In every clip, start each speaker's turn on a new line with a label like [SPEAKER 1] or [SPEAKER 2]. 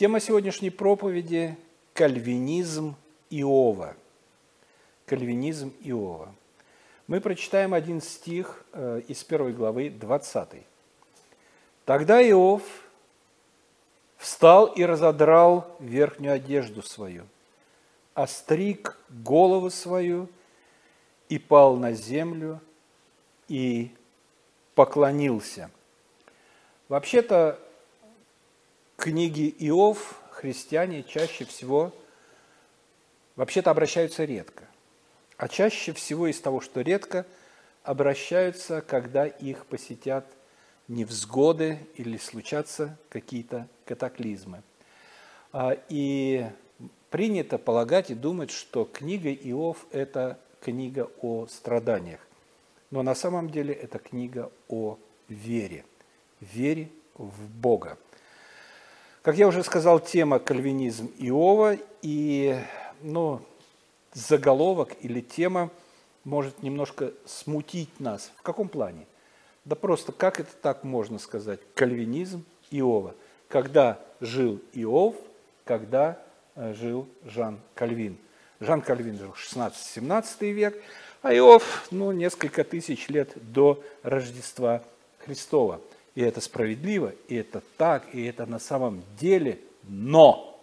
[SPEAKER 1] Тема сегодняшней проповеди – кальвинизм Иова. Кальвинизм Иова. Мы прочитаем один стих из 1 главы, 20. «Тогда Иов встал и разодрал верхнюю одежду свою, остриг голову свою и пал на землю и поклонился». Вообще-то, книги Иов христиане чаще всего вообще-то обращаются редко. А чаще всего из того, что редко, обращаются, когда их посетят невзгоды или случатся какие-то катаклизмы. И принято полагать и думать, что книга Иов – это книга о страданиях. Но на самом деле это книга о вере в Бога. Как я уже сказал, тема кальвинизм Иова, и заголовок или тема может немножко смутить нас. В каком плане? Да просто как это так можно сказать? Кальвинизм Иова. Когда жил Иов, когда жил Жан Кальвин. Жан Кальвин жил 16-17 век, а Иов несколько тысяч лет до Рождества Христова. И это справедливо, и это так, и это на самом деле, но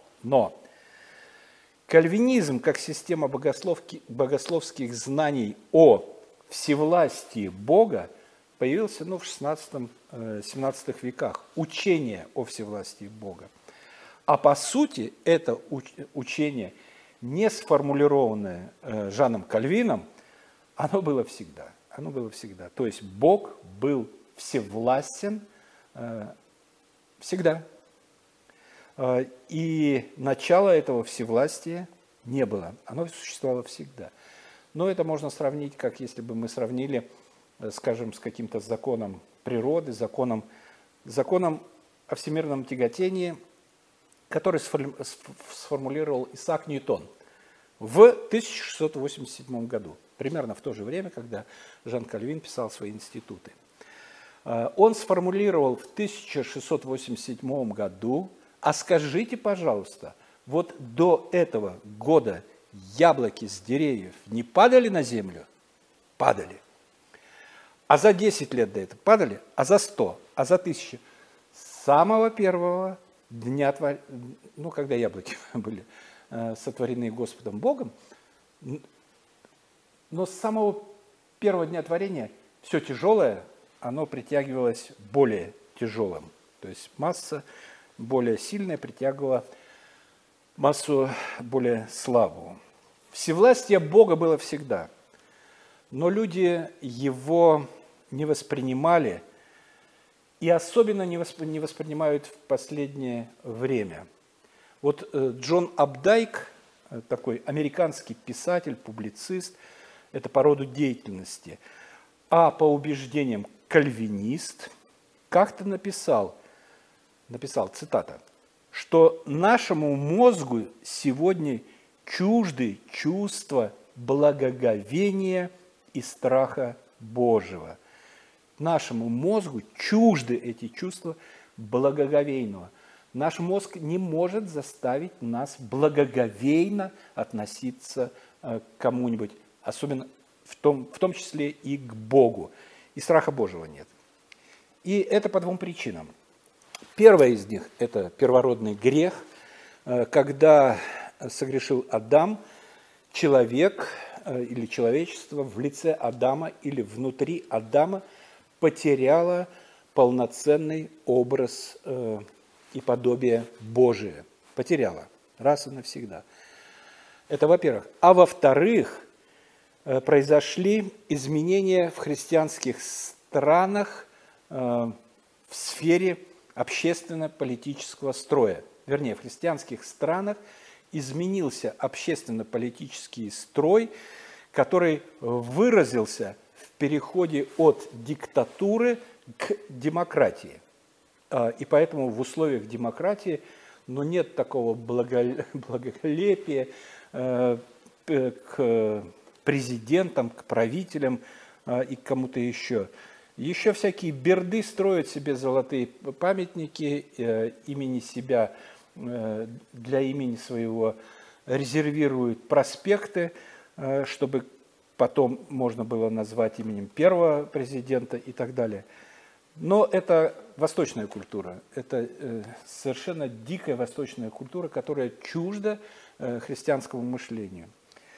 [SPEAKER 1] кальвинизм как система богословских знаний о всевластии Бога появился в 16-17 веках. Учение о всевластии Бога. А по сути это учение, не сформулированное Жаном Кальвином, оно было всегда. То есть Бог был всевластен всегда. И начала этого всевластия не было. Оно существовало всегда. Но это можно сравнить, как если бы мы сравнили, скажем, с каким-то законом природы, законом о всемирном тяготении, который сформулировал Исаак Ньютон в 1687 году, примерно в то же время, когда Жан Кальвин писал свои институты. Он сформулировал в 1687 году: а скажите, пожалуйста, вот до этого года яблоки с деревьев не падали на землю? Падали. А за 10 лет до этого падали? А за 100? А за 1000? С самого первого дня, когда яблоки были сотворены Господом Богом, но с самого первого дня творения все тяжелое, оно притягивалось более тяжелым. То есть масса более сильная притягивала массу более слабую. Всевластие Бога было всегда, но люди его не воспринимали и особенно не воспринимают в последнее время. Вот Джон Апдайк, такой американский писатель, публицист, это по роду деятельности, а по убеждениям кальвинист, как-то написал, цитата, что нашему мозгу сегодня чужды чувства благоговения и страха Божьего. Нашему мозгу чужды эти чувства благоговейного. Наш мозг не может заставить нас благоговейно относиться к кому-нибудь, особенно в том числе и к Богу. И страха Божьего нет. И это по двум причинам. Первая из них – это первородный грех. Когда согрешил Адам, человек или человечество в лице Адама или внутри Адама потеряло полноценный образ и подобие Божие. Потеряло раз и навсегда. Это во-первых. А во-вторых, произошли изменения в христианских странах в сфере общественно-политического строя. Вернее, в христианских странах изменился общественно-политический строй, который выразился в переходе от диктатуры к демократии. И поэтому в условиях демократии нет такого благолепия к президентам, к правителям и к кому-то еще. Еще всякие берды строят себе золотые памятники имени себя для имени своего резервируют проспекты, чтобы потом можно было назвать именем первого президента и так далее. Но это восточная культура, это совершенно дикая восточная культура, которая чужда христианскому мышлению.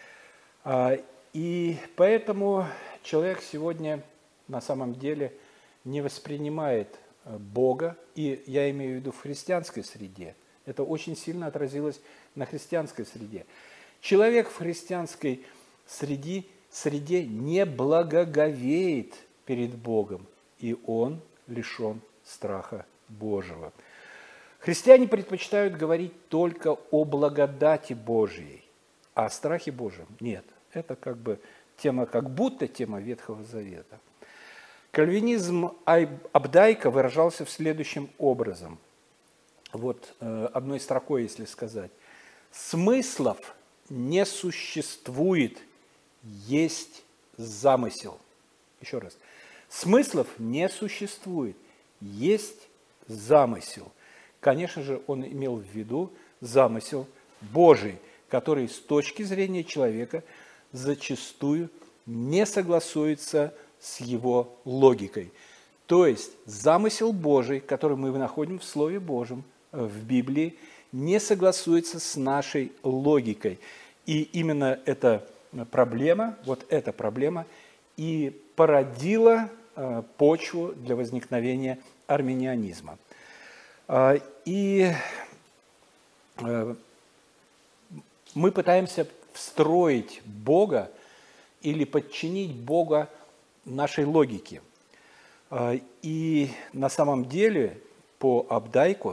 [SPEAKER 1] И поэтому человек сегодня на самом деле не воспринимает Бога, и я имею в виду в христианской среде. Это очень сильно отразилось на христианской среде. Человек в христианской среде не благоговеет перед Богом, и он лишен страха Божьего. Христиане предпочитают говорить только о благодати Божьей, а о страхе Божьем нет. Это как будто тема Ветхого Завета. Кальвинизм Абдайка выражался в следующем образом. Вот одной строкой, если сказать. Смыслов не существует, есть замысел. Еще раз. Смыслов не существует, есть замысел. Конечно же, он имел в виду замысел Божий, который с точки зрения человека зачастую не согласуется с его логикой. То есть замысел Божий, который мы находим в Слове Божьем, в Библии, не согласуется с нашей логикой. И именно эта проблема, вот эта проблема и породила почву для возникновения арминианизма. И мы пытаемся встроить Бога или подчинить Бога нашей логике. И на самом деле по Абдайку,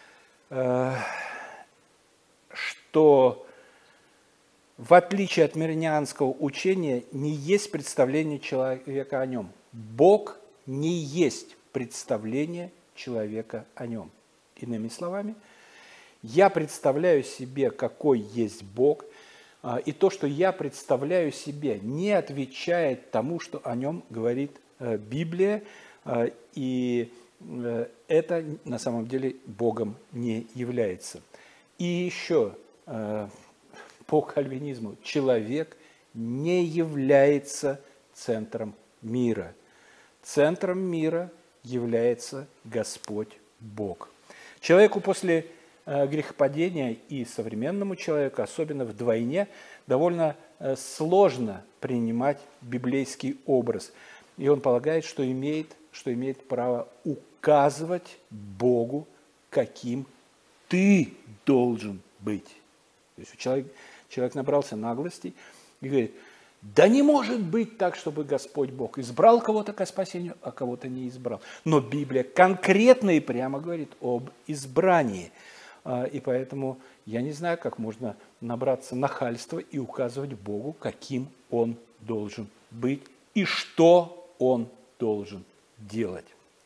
[SPEAKER 1] что в отличие от мирнианского учения не есть представление человека о нем. Бог не есть представление человека о нем. Иными словами, я представляю себе, какой есть Бог, и то, что я представляю себе, не отвечает тому, что о нем говорит Библия, и это на самом деле Богом не является. И еще по кальвинизму человек не является центром мира. Центром мира является Господь Бог. Человеку после грехопадения и современному человеку, особенно вдвойне, довольно сложно принимать библейский образ. И он полагает, что имеет право указывать Богу, каким ты должен быть. То есть человек набрался наглости и говорит: да не может быть так, чтобы Господь Бог избрал кого-то ко спасению, а кого-то не избрал. Но Библия конкретно и прямо говорит об избрании. И поэтому я не знаю, как можно набраться нахальства и указывать Богу, каким Он должен быть и что Он должен делать.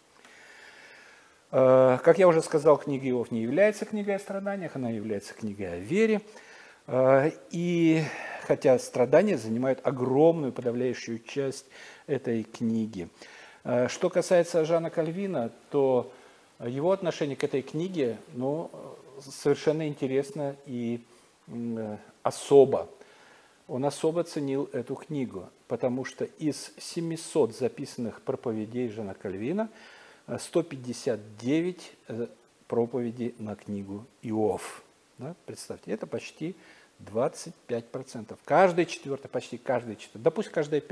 [SPEAKER 1] Как я уже сказал, книга Иов не является книгой о страданиях, она является книгой о вере. И хотя страдания занимают огромную подавляющую часть этой книги. Что касается Жана Кальвина, то его отношение к этой книге совершенно интересно и особо. Он особо ценил эту книгу, потому что из 700 записанных проповедей Жана Кальвина 159 проповедей на книгу Иов. Да, представьте, это почти 25%. Каждая четвертая, почти каждая четвертая, да пусть каждая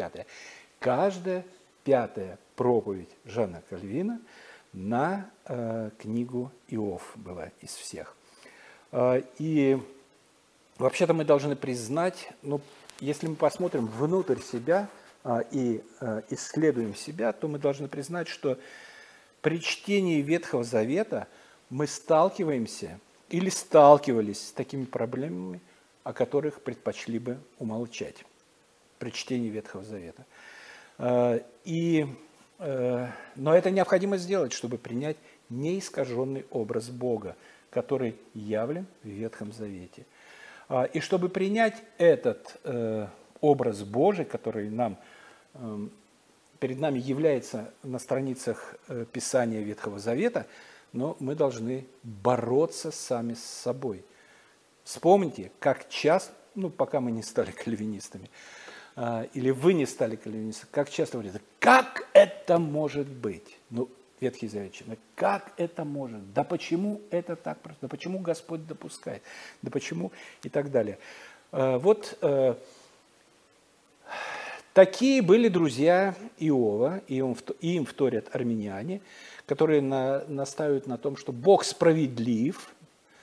[SPEAKER 1] пятая проповедь Жана Кальвина на книгу Иов была из всех. И вообще-то мы должны признать, если мы посмотрим внутрь себя и исследуем себя, то мы должны признать, что при чтении Ветхого Завета мы сталкиваемся или сталкивались с такими проблемами, о которых предпочли бы умолчать при чтении Ветхого Завета. Но это необходимо сделать, чтобы принять неискаженный образ Бога, который явлен в Ветхом Завете. И чтобы принять этот образ Божий, который перед нами является на страницах Писания Ветхого Завета, но мы должны бороться сами с собой. Вспомните, как часто, пока мы не стали кальвинистами, или вы не стали кальвинистами, как часто говорят, как это может быть? Ветхий Завет, как это может? Да почему это так? Да почему Господь допускает? Да почему? И так далее. Такие были друзья Иова, и им вторят армяне, которые настаивают на том, что Бог справедлив,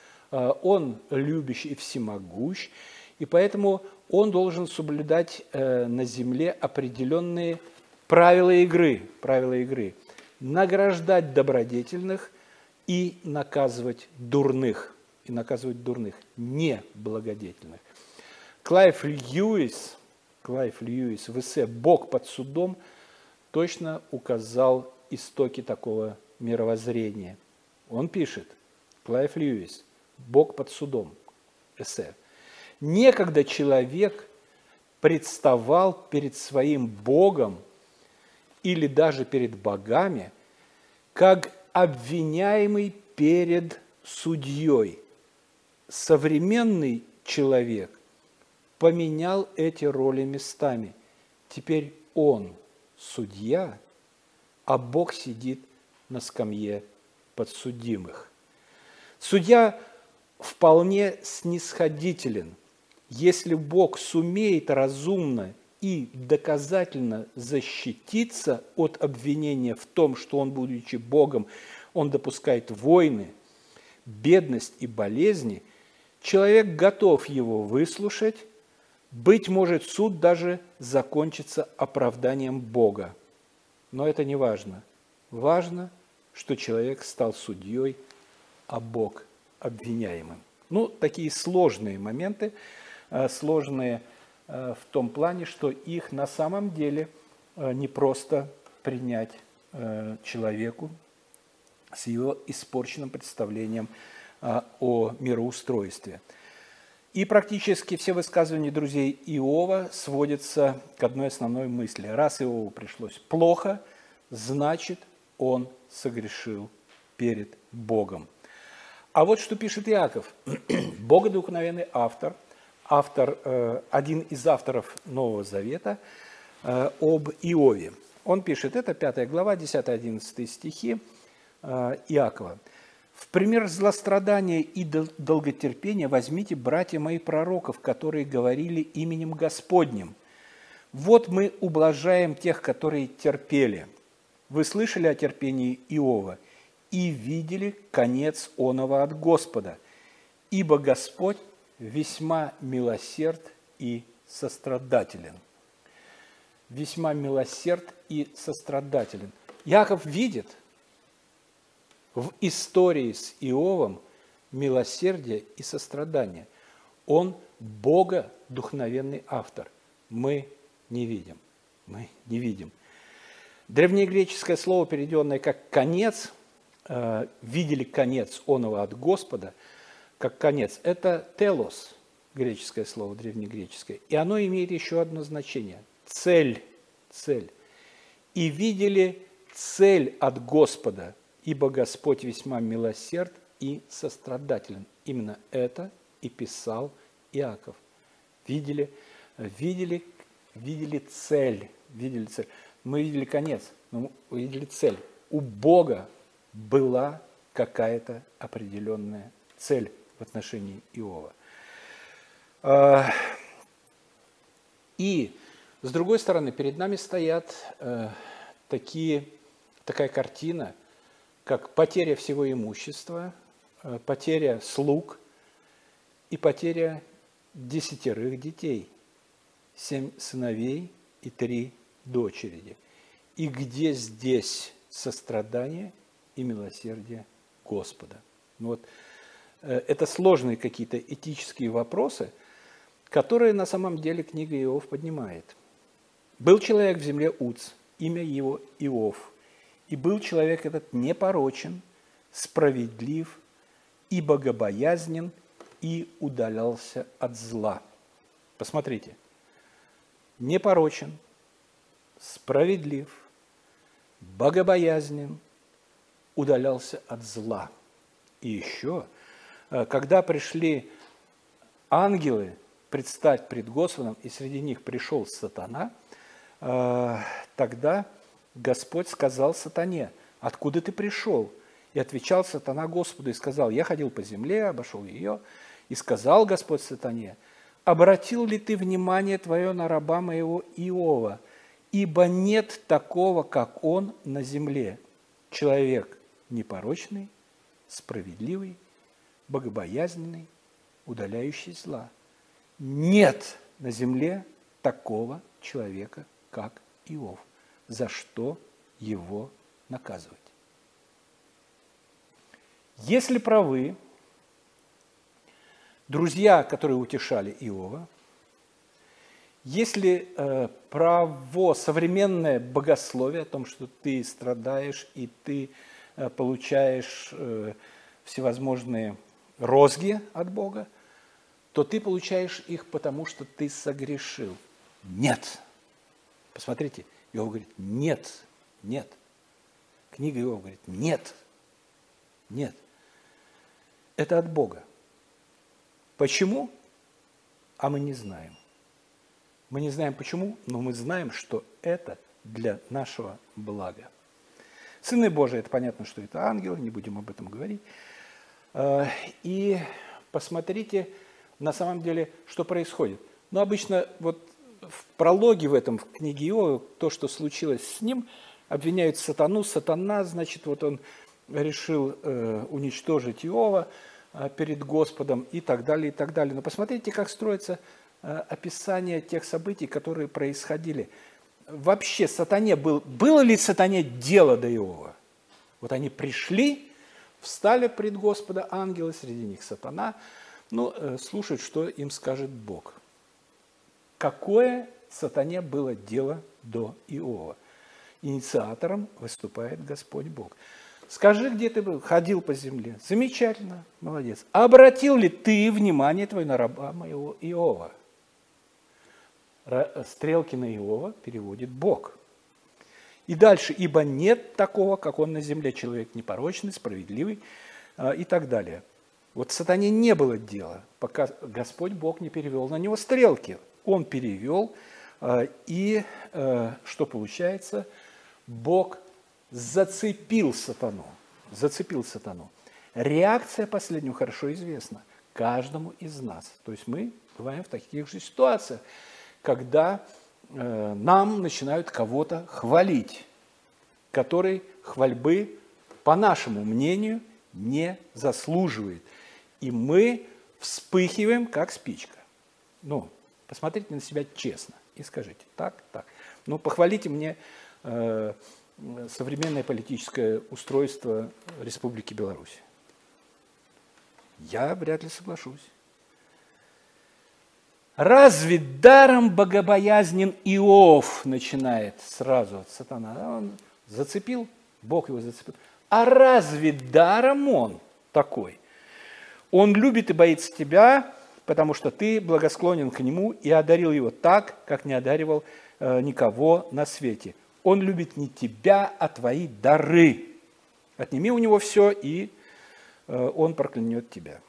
[SPEAKER 1] Он любящий и всемогущ, и поэтому Он должен соблюдать на земле определенные правила игры, награждать добродетельных и наказывать дурных, неблагодетельных. Клайв Льюис в эссе «Бог под судом» точно указал истоки такого мировоззрения. Он пишет, Клайв Льюис, «Бог под судом», эссе. «Некогда человек представал перед своим Богом или даже перед богами, как обвиняемый перед судьей. Современный человек поменял эти роли местами. Теперь он судья, а Бог сидит на скамье подсудимых. Судья вполне снисходителен. Если Бог сумеет разумно и доказательно защититься от обвинения в том, что он, будучи Богом, он допускает войны, бедность и болезни, человек готов его выслушать. Быть может, суд даже закончится оправданием Бога. Но это не важно. Важно, что человек стал судьей, а Бог обвиняемым. Такие сложные моменты, сложные в том плане, что их на самом деле не просто принять человеку с его испорченным представлением о мироустройстве. И практически все высказывания друзей Иова сводятся к одной основной мысли. Раз Иову пришлось плохо, значит, он согрешил перед Богом. А вот что пишет Иаков. Богодухновенный автор, один из авторов Нового Завета об Иове. Он пишет, это 5 глава, 10-11 стихи Иакова. «В пример злострадания и долготерпения возьмите, братья мои, пророков, которые говорили именем Господним. Вот мы ублажаем тех, которые терпели. Вы слышали о терпении Иова и видели конец оного от Господа, ибо Господь весьма милосерд и сострадателен». Весьма милосерд и сострадателен. Иаков видит в истории с Иовом милосердие и сострадание. Он богодухновенный автор. Мы не видим. Древнегреческое слово, переведенное как «конец», видели конец оного от Господа, как конец, это телос, греческое слово, древнегреческое. И оно имеет еще одно значение – цель. И видели цель от Господа, ибо Господь весьма милосерд и сострадателен. Именно это и писал Иаков. Видели цель. Мы видели конец, но мы видели цель. У Бога была какая-то определенная цель в отношении Иова. И, с другой стороны, перед нами стоят такая картина, как потеря всего имущества, потеря слуг и потеря 10 детей, 7 сыновей и 3 дочери. И где здесь сострадание и милосердие Господа? Это сложные какие-то этические вопросы, которые на самом деле книга Иов поднимает. Был человек в земле Уц, имя его Иов. И был человек этот непорочен, справедлив и богобоязнен, и удалялся от зла. Посмотрите. Непорочен, справедлив, богобоязнен удалялся от зла. И еще, когда пришли ангелы предстать пред Господом, и среди них пришел сатана, тогда Господь сказал сатане: «Откуда ты пришел?» И отвечал сатана Господу и сказал: «Я ходил по земле, обошел ее». И сказал Господь сатане: «Обратил ли ты внимание твое на раба моего Иова? Ибо нет такого, как он на земле, человек непорочный, справедливый, богобоязненный, удаляющий зла. Нет на земле такого человека, как Иов. За что его наказывать?» Если правы друзья, которые утешали Иова, если право современное богословие о том, что ты страдаешь и ты получаешь всевозможные розги от Бога, то ты получаешь их потому, что ты согрешил. Нет. Посмотрите, Иов говорит: нет, нет. Книга Иова говорит: нет, нет. Это от Бога. Почему? А мы не знаем. Мы не знаем почему, но мы знаем, что это для нашего блага. Сыны Божии, это понятно, что это ангелы, не будем об этом говорить. И посмотрите, на самом деле, что происходит. Но обычно вот в прологе в этом, в книге Иова, то, что случилось с ним, обвиняют сатану. Сатана, значит, вот он решил уничтожить Иова перед Господом и так далее, и так далее. Но посмотрите, как строится описание тех событий, которые происходили. Вообще, сатане было ли сатане дело до Иова? Вот они пришли, встали пред Господа ангелы, среди них сатана, слушают, что им скажет Бог. Какое сатане было дело до Иова? Инициатором выступает Господь Бог. Скажи, где ты был? Ходил по земле. Замечательно, молодец. Обратил ли ты внимание твое на раба моего Иова? Стрелки на Иова переводит Бог. И дальше: ибо нет такого, как он на земле, человек непорочный, справедливый и так далее. Вот сатане не было дела, пока Господь Бог не перевел на него стрелки. Он перевел, и что получается? Бог зацепил сатану. Зацепил сатану. Реакция последнего хорошо известна каждому из нас. То есть мы бываем в таких же ситуациях, когда нам начинают кого-то хвалить, который хвальбы, по нашему мнению, не заслуживает. И мы вспыхиваем, как спичка. Посмотрите на себя честно и скажите: так. Похвалите мне современное политическое устройство Республики Беларусь. Я вряд ли соглашусь. Разве даром богобоязнен Иов, начинает сразу сатана. Он зацепил, Бог его зацепил. А разве даром он такой? Он любит и боится тебя, потому что ты благосклонен к нему и одарил его так, как не одаривал никого на свете. Он любит не тебя, а твои дары. Отними у него все, и он проклянет тебя.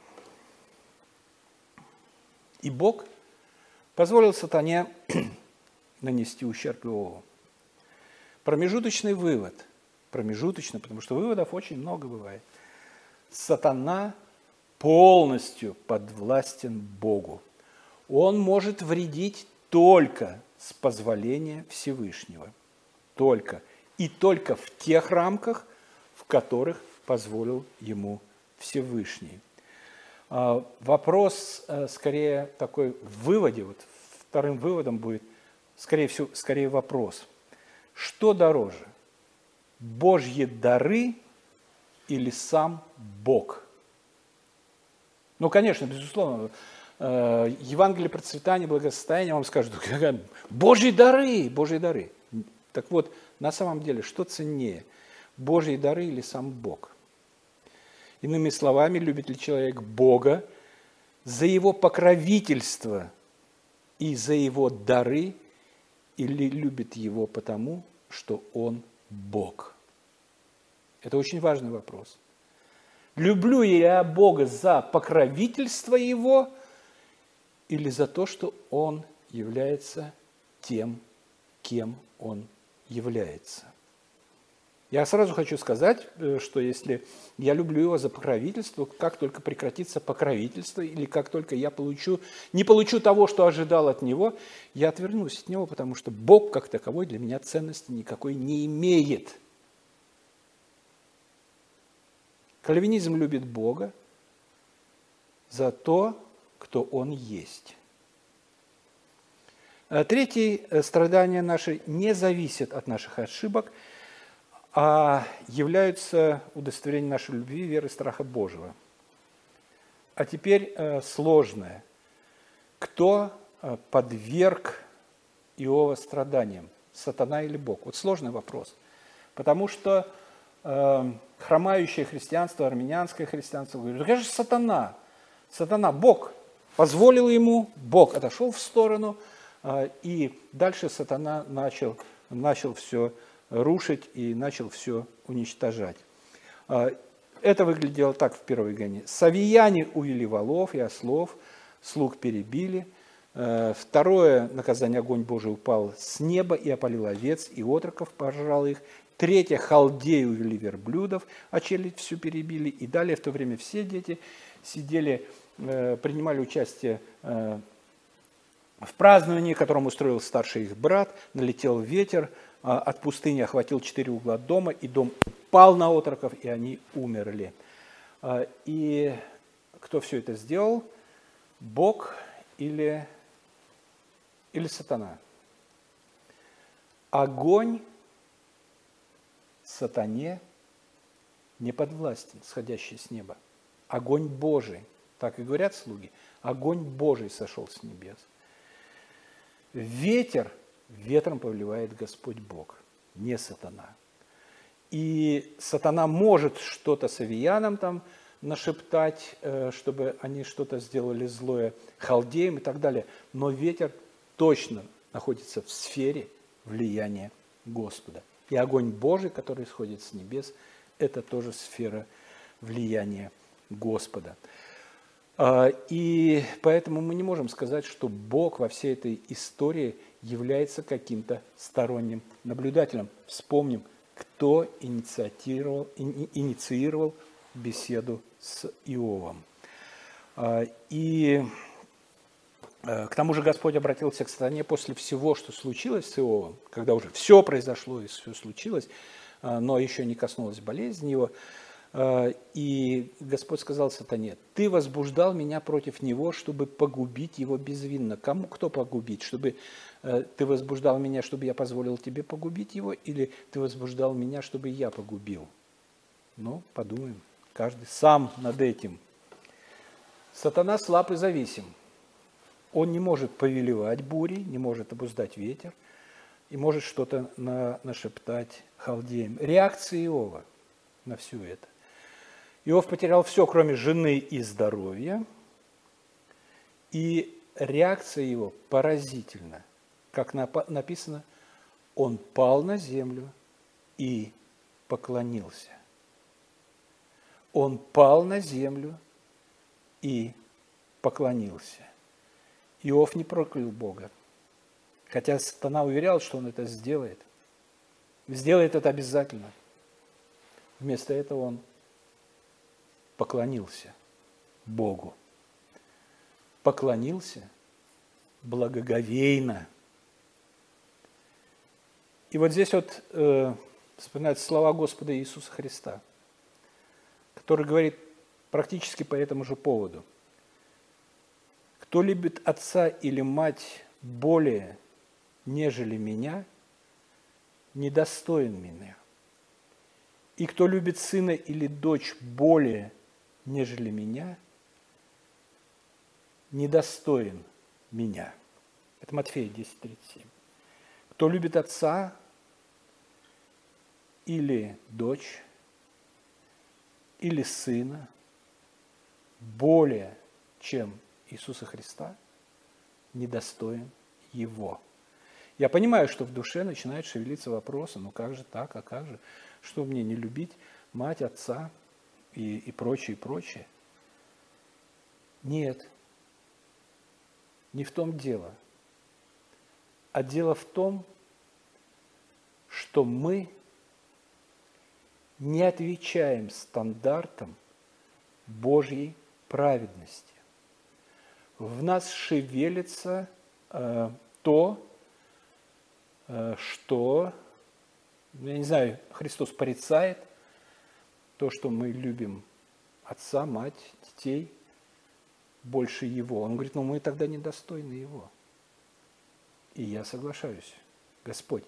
[SPEAKER 1] И Бог позволил сатане нанести ущерб Иову. Промежуточный вывод. Промежуточный, потому что выводов очень много бывает. Сатана полностью подвластен Богу. Он может вредить только с позволения Всевышнего. Только. И только в тех рамках, в которых позволил ему Всевышний. Вопрос, скорее, такой в выводе, вот вторым выводом будет, скорее вопрос. Что дороже? Божьи дары или сам Бог? Конечно, безусловно, Евангелие процветания, благосостояния вам скажут: Божьи дары, Божьи дары. Так вот, на самом деле, что ценнее? Божьи дары или сам Бог? Иными словами, любит ли человек Бога за его покровительство и за его дары, или любит его потому, что он Бог? Это очень важный вопрос. Люблю я Бога за покровительство Его или за то, что Он является тем, кем Он является? Я сразу хочу сказать, что если я люблю Его за покровительство, как только прекратится покровительство, или как только я не получу того, что ожидал от Него, я отвернусь от Него, потому что Бог как таковой для меня ценности никакой не имеет. Кальвинизм любит Бога за то, кто Он есть. Третье, страдания наши не зависят от наших ошибок, а являются удостоверением нашей любви, веры и страха Божьего. А теперь сложное. Кто подверг Иова страданиям? Сатана или Бог? Вот сложный вопрос. Потому что хромающее христианство, армянское христианство говорит, это же сатана. Сатана, Бог позволил ему, Бог отошел в сторону, и дальше сатана начал все рушить и начал все уничтожать. Это выглядело так в первой главе. Савияне увели волов и ослов, слуг перебили. Второе наказание, огонь Божий упал с неба и опалил овец, и отроков пожрал их. Третье, халдеи увели верблюдов, а челядь всю перебили. И далее в то время все дети сидели, принимали участие в праздновании, которым устроил старший их брат. Налетел ветер, от пустыни охватил 4 угла дома, и дом упал на отроков, и они умерли. И кто все это сделал? Бог или сатана? Огонь сатане не подвластен, сходящий с неба. Огонь Божий, так и говорят слуги, огонь Божий сошел с небес. Ветром повелевает Господь Бог, не сатана. И сатана может что-то савиянам там нашептать, чтобы они что-то сделали злое, халдеям и так далее. Но ветер точно находится в сфере влияния Господа. И огонь Божий, который исходит с небес, это тоже сфера влияния Господа. И поэтому мы не можем сказать, что Бог во всей этой истории является каким-то сторонним наблюдателем. Вспомним, кто инициировал беседу с Иовом. И к тому же Господь обратился к сатане после всего, что случилось с Иовом, когда уже все произошло и все случилось, но еще не коснулась болезни его. И Господь сказал сатане: ты возбуждал меня против него, чтобы погубить его безвинно. Кто погубить? Чтобы ты возбуждал меня, чтобы я позволил тебе погубить его, или ты возбуждал меня, чтобы я погубил? Ну, подумаем, каждый сам над этим. Сатана слаб и зависим. Он не может повелевать бурей, не может обуздать ветер и может что-то нашептать халдеям. Реакция Иова на все это. Иов потерял все, кроме жены и здоровья, и реакция его поразительна. Как написано, он пал на землю и поклонился. Он пал на землю и поклонился. Иов не проклял Бога, хотя сатана уверял, что он это сделает. Сделает это обязательно. Вместо этого он поклонился Богу. Поклонился благоговейно. И вот здесь вот вспоминаются слова Господа Иисуса Христа, который говорит практически по этому же поводу. Кто любит отца или мать более, нежели меня, недостоин меня. И кто любит сына или дочь более, нежели меня, недостоин меня. Это Матфея 10:37. Кто любит отца или дочь, или сына более, чем Иисуса Христа, недостоин Его. Я понимаю, что в душе начинает шевелиться вопрос: ну как же так, а как же, что мне не любить мать, отца и прочее, и прочее. Нет, не в том дело. А дело в том, что мы не отвечаем стандартам Божьей праведности. В нас шевелится то, что, я не знаю, Христос порицает, то, что мы любим отца, мать, детей больше Его. Он говорит, мы тогда недостойны Его. И я соглашаюсь. Господь,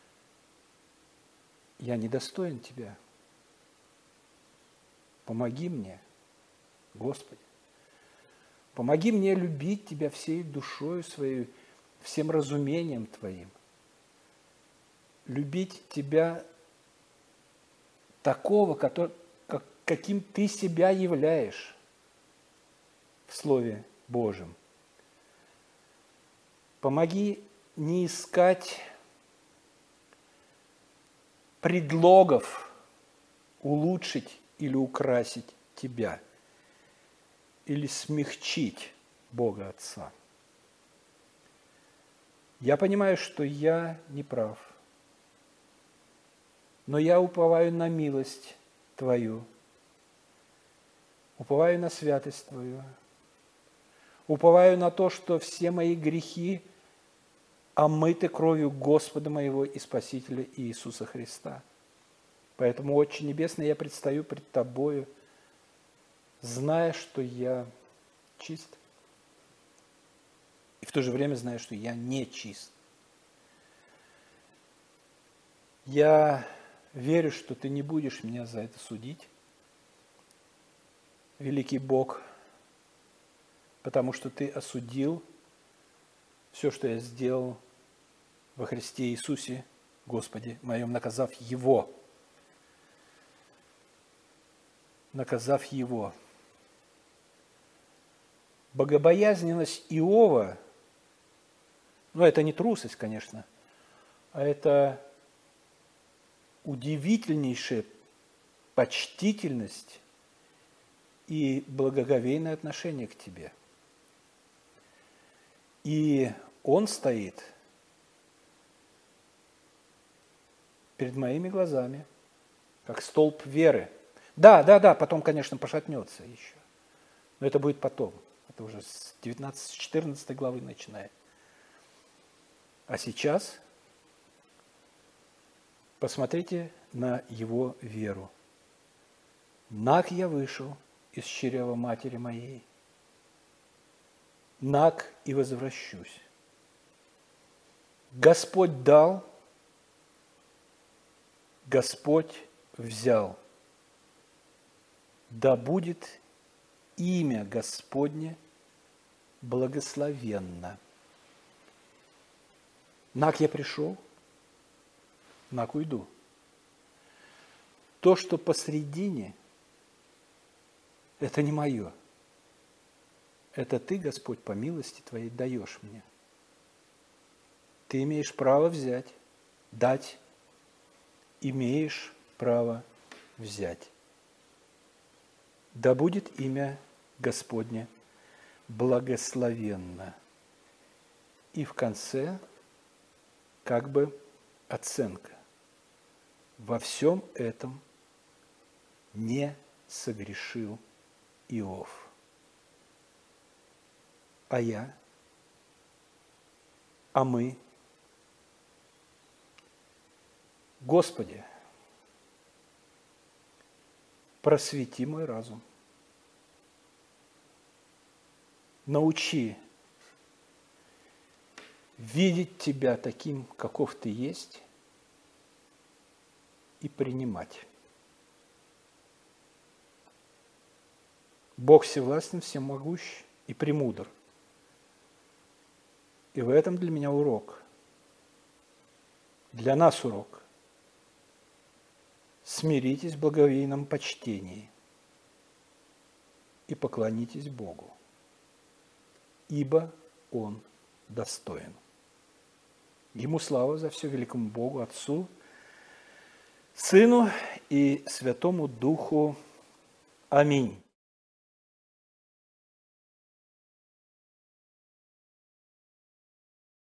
[SPEAKER 1] я недостоин Тебя. Помоги мне, Господи. Помоги мне любить Тебя всей душою своей, всем разумением Твоим. Любить Тебя такого, каким Ты себя являешь в Слове Божьем. Помоги не искать предлогов улучшить или украсить Тебя, или смягчить Бога Отца. Я понимаю, что я не прав, но я уповаю на милость Твою, уповаю на святость Твою, уповаю на то, что все мои грехи омыты кровью Господа моего и Спасителя Иисуса Христа. Поэтому, Отче Небесный, я предстаю пред Тобою, зная, что я чист, и в то же время зная, что я не чист. Я верю, что Ты не будешь меня за это судить, великий Бог, потому что Ты осудил все, что я сделал во Христе Иисусе, Господе моем, наказав Его. Наказав Его. Богобоязненность Иова, это не трусость, конечно, а это удивительнейшая почтительность и благоговейное отношение к Тебе. И он стоит перед моими глазами, как столб веры. Да, потом, конечно, пошатнется еще. Но это будет потом. Это уже с 14 главы начинает. А сейчас посмотрите на его веру. Наг я вышел из чрева матери моей. Наг и возвращусь. Господь дал, Господь взял. Да будет имя Господне благословенно. Наг я пришел, наг уйду. То, что посредине, это не мое. Это Ты, Господь, по милости Твоей даешь мне. Ты имеешь право взять, дать, имеешь право взять. Да будет имя Господне благословенно. И в конце как бы оценка. Во всем этом не согрешил Иов. А я, а мы. Господи, просвети мой разум. Научи видеть Тебя таким, каков Ты есть, и принимать. Бог всевластен, всемогущ и премудр. И в этом для меня урок. Для нас урок. Смиритесь в благовейном почтении и поклонитесь Богу, ибо Он достоин. Ему слава за все великому Богу, Отцу, Сыну и Святому Духу. Аминь.